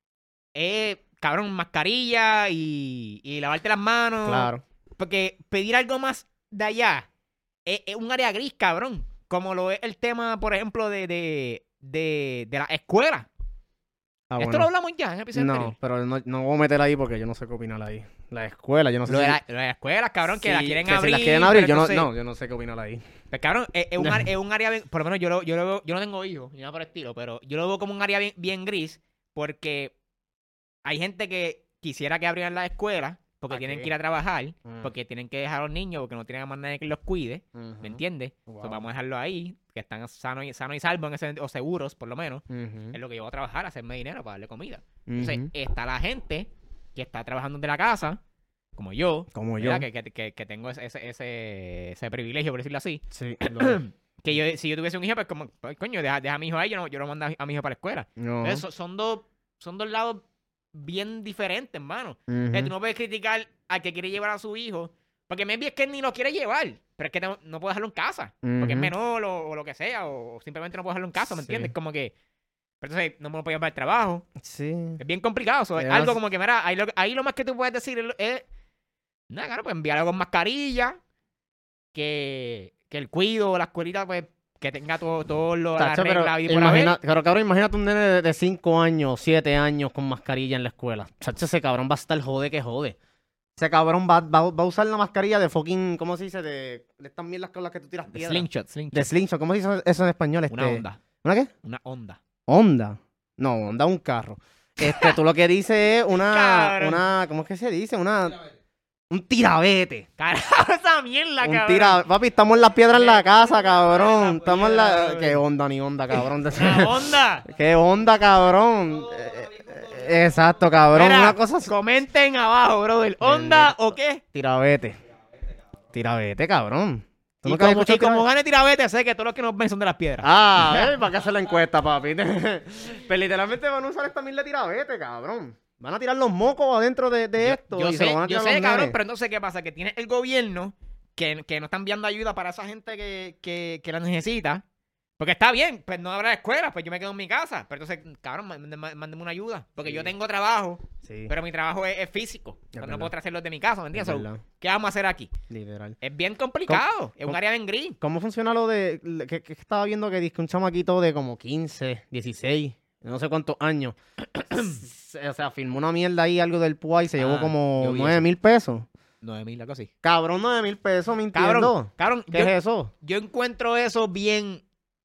es, cabrón, mascarilla y, y lavarte las manos. Claro. Porque pedir algo más de allá es, es un área gris, cabrón. Como lo es el tema, por ejemplo, de, de, de, de la escuela. Ah, Esto bueno. lo hablamos ya en el episodio No, anterior. pero no, no voy a meter ahí porque yo no sé qué opinar ahí. La escuela, yo no sé Lo de, si... la- lo de las escuelas, cabrón, que Sí, la quieren que si abrir. las quieren abrir, pero yo no, entonces- no, yo no sé qué opinar ahí. Pues cabrón, es, es un, área- es un área bien, por lo menos yo lo, yo lo veo, yo no tengo hijos, ni nada por el estilo, pero yo lo veo como un área bien, bien gris, porque hay gente que quisiera que abrieran la escuela, porque ¿Pa' tienen qué? que ir a trabajar, Mm. porque tienen que dejar a los niños, porque no tienen a más nadie que los cuide, Ujú. ¿me entiendes? Wow. Entonces vamos a dejarlo ahí, que están sanos y, sano y salvos, en ese, o seguros, por lo menos, Ujú. es lo que yo voy a trabajar, hacerme dinero para darle comida. Entonces, Ujú. está la gente que está trabajando desde la casa, como yo, Como yo. ¿verdad? Que, que, que, que tengo ese, ese, ese, ese privilegio, por decirlo así. Sí. lo- Que yo, si yo tuviese un hijo, pues como, pues, coño, deja, deja a mi hijo ahí, yo no, yo no mando a mi hijo para la escuela. no. Entonces, so- son dos, son dos lados bien diferentes, hermano. Ujú. O sea, tú no puedes criticar al que quiere llevar a su hijo, porque maybe es que él ni lo quiere llevar, pero es que no, no puede dejarlo en casa, porque es Ujú. menor o, o lo que sea, o simplemente no puede dejarlo en casa, ¿me Sí. entiendes? Como que, pero entonces no me lo puedo llevar al trabajo. Sí. Es bien complicado. So, es Es algo así. como que, mira, ahí lo, ahí lo más que tú puedes decir es, es nada, claro, pues enviarlo con mascarilla, que, que el cuido, la escuelita, pues, que tenga todo, todo lo, la Tacho, pero, regla y por imagina, haber. pero cabrón, imagínate un nene de cinco años, siete años con mascarilla en la escuela. Chacho, ese cabrón va a estar jode que jode. Ese cabrón va, va, va a usar la mascarilla de fucking, ¿cómo se dice? De, de estas mierdas con las que tú tiras De piedras. slingshot, slingshot. De slingshot. ¿Cómo se dice eso en español? Este, Una onda, ¿Una qué? una onda. Onda. No, onda un carro. Este, tú lo que dices es una, Cabrón. una, ¿cómo es que se dice? Una, un tirabete. Carajo, esa mierda, Un cabrón. tira, papi, estamos en las piedras en la casa, cabrón. la Estamos en la, puñeta, qué onda ni onda, cabrón. Una onda. Qué onda, cabrón. Eh, eh, Exacto, cabrón. Mira, Una cosa así. comenten abajo, brother. ¿Onda o qué? Tirabete. Tirabete, cabrón. ¿Tú Y nunca has como, escuchado y como tirabete? gane tirabete, sé que todos los que nos ven son de las piedras. Ah, ¿eh? ¿Para qué hacer la encuesta, papi? Pero literalmente van a usar esta mil de tirabete, cabrón. Van a tirar los mocos adentro de, de Yo- esto. Yo, y se sé, lo van a yo tirar a sé, los cabrón, nenes. pero entonces, ¿qué pasa? Que tiene el gobierno que, que no está enviando ayuda para esa gente que, que, que la necesita. Porque está bien, pues no habrá escuela, pues yo me quedo en mi casa. Pero entonces, cabrón, mándeme, mándeme una ayuda. Porque Sí. yo tengo trabajo, Sí, pero mi trabajo es, es físico. Es No verdad. puedo hacerlo de mi casa, ¿me es entiendes? So, verdad, ¿qué vamos a hacer aquí? literal. Es bien complicado. Es un cómo- área bien gris. ¿Cómo funciona lo de que, que estaba viendo que dice que un chamaquito de como quince, dieciséis, no sé cuántos años, se- o sea, firmó una mierda ahí, algo del P U A y se llevó Ah, como yo vi nueve eso. mil pesos? nueve mil, algo así. Cabrón, nueve mil pesos, mintiendo. Cabrón, cabrón, ¿Qué yo, es eso? yo encuentro eso bien.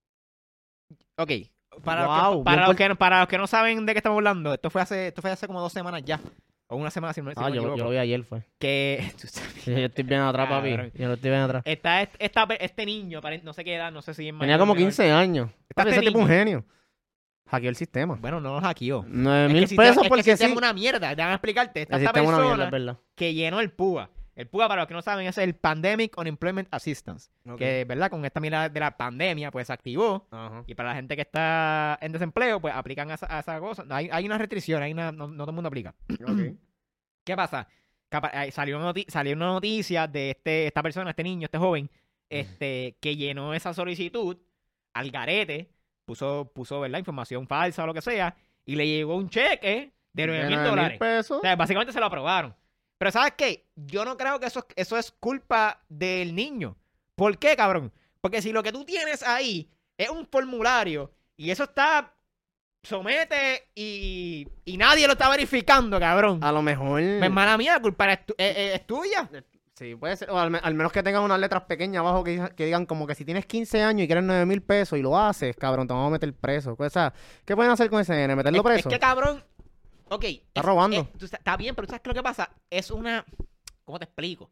Ok. Para, Wow, los que, para, bien los que, para los que no saben de qué estamos hablando, esto fue hace, esto fue hace como dos semanas ya. O una semana, si no, si Ah, no me yo, yo equivoco. lo vi ayer, fue. Que. tú sabes, Sí, yo estoy bien atrás, papi. Cabrón. Yo no estoy bien atrás. Está este, esta- este niño, apare- no sé qué edad, no sé si es Tenía mayor, como menor. quince años. Está Papi, este ese tipo es un niño. genio. Hackeó el sistema. Bueno, no lo hackeó. nueve Es que mil el sistema- pesos es que el porque sistema sí. es una mierda. Déjame explicarte. Está El esta sistema es una mierda, persona es verdad. que llenó el P U A. El P U A, para los que no saben, es el Pandemic Unemployment Assistance. Ok. Que, ¿verdad? Con esta mierda de la pandemia, pues se activó. Ajá. Y para la gente que está en desempleo, pues aplican a esa, a esa cosa. Hay, hay una restricción, hay una, no, no todo el mundo aplica. Ok. ¿Qué pasa? Capa- eh, salió, una noti- salió una noticia de este, esta persona, este niño, este joven, este, que llenó esa solicitud al garete, puso, puso, ¿verdad? Información falsa o lo que sea, y le llegó un cheque de nueve mil dólares. pesos. O sea, básicamente se lo aprobaron. Pero ¿sabes qué? Yo no creo que eso, eso es culpa del niño. ¿Por qué, cabrón? Porque si lo que tú tienes ahí es un formulario y eso está... Somete y, y nadie lo está verificando, cabrón. A lo mejor. Pues, hermana mía, la culpa es, tu- eh, eh, es tuya. Sí, puede ser. O al, me- al menos que tengan unas letras pequeñas abajo que, diga- que digan como que si tienes quince años y quieres nueve mil pesos y lo haces, cabrón, te vamos a meter preso. O sea, ¿qué pueden hacer con ese nene? ¿Meterlo Es, es preso? que, cabrón, ok. Está robando. está bien, pero ¿tú sabes qué es lo que pasa? Es una... ¿Cómo te explico?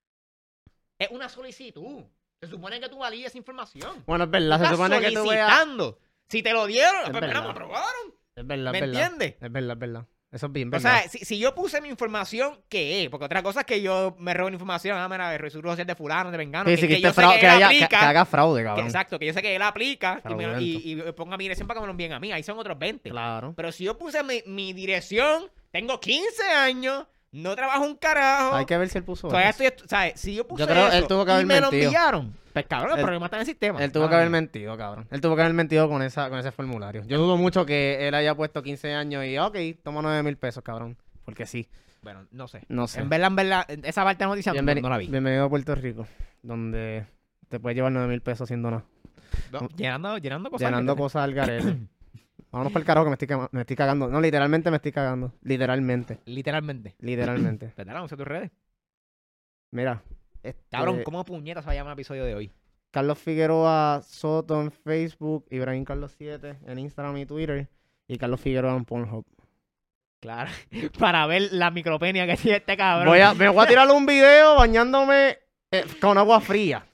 Es una solicitud. Se supone que tú valides esa información. Bueno, es verdad. Se Estás supone que tú veas. solicitando. Si te lo dieron, Es pues mira, verdad. me aprobaron. Es verdad, ¿Me es verdad. entiendes? Es verdad, es verdad. Eso es bien O verdad. sea, si, si yo puse mi información, ¿qué es? Porque otra cosa es que yo me robo la información, ah, mira, el seguro social de fulano, de vengano, sí, que, sí, que, que yo esté sé frau- que que él haya- que- aplica. que haga fraude, que- cabrón. exacto, que yo sé que él aplica y, me- Fraudulento. y, y ponga mi dirección para que me lo envíen a mí. Ahí son otros veinte. Claro. Pero si yo puse mi, mi dirección, tengo quince años, no trabajo un carajo. Hay que ver si él puso Todavía eso. estoy, estu- ¿sabes? Si yo puse Yo creo eso él tuvo que y haber me lo mentido. enviaron, pues cabrón, el Él- problema está en el sistema. Él tuvo Ah, que haber mentido, cabrón. Él tuvo que haber mentido con esa con ese formulario. Yo dudo mucho que él haya puesto quince años y, ok, toma nueve mil pesos, cabrón. Porque sí. Bueno, no sé. No sé. En verdad, en verdad, esa parte de la noticia no, Bienveni- no la vi. Bienvenido a Puerto Rico, donde te puedes llevar nueve mil pesos haciendo nada. No, llenando, llenando cosas. Llenando que- cosas al garete. Vámonos para el carajo que me estoy, cama- me estoy cagando. No, literalmente me estoy cagando. Literalmente. Literalmente. Literalmente. Te darán, usa tus redes. Mira. este, Cabrón, ¿cómo puñetas se va a llamar el episodio de hoy? Carlos Figueroa Soto en Facebook, Ibrahim Carlos siete en Instagram y Twitter, y Carlos Figueroa en Pornhub. Claro. Para ver la micropenia que tiene este cabrón. Voy a, me voy a tirar un video bañándome eh, con agua fría.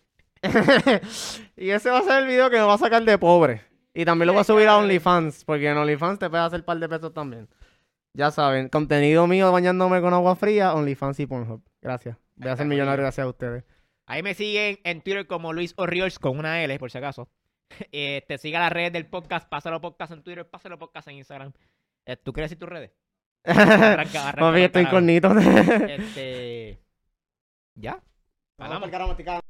Y ese va a ser el video que me va a sacar de pobre. Y también lo voy a subir a OnlyFans, porque en OnlyFans te puedes hacer un par de pesos también. Ya saben, contenido mío bañándome con agua fría, OnlyFans y Pornhub. Gracias. Voy a ser millonario gracias a ustedes. Ahí me siguen en Twitter como Luis Orriols con una L, por si acaso. Este, siga las redes del podcast, pásalo podcast en Twitter, pásalo podcast en Instagram. Eh, ¿Tú quieres decir tus redes? Arranca, arranca, Papi, estoy arranca. cornito. Este. ¿Ya? Vamos pa'l carajo, me estoy cagando.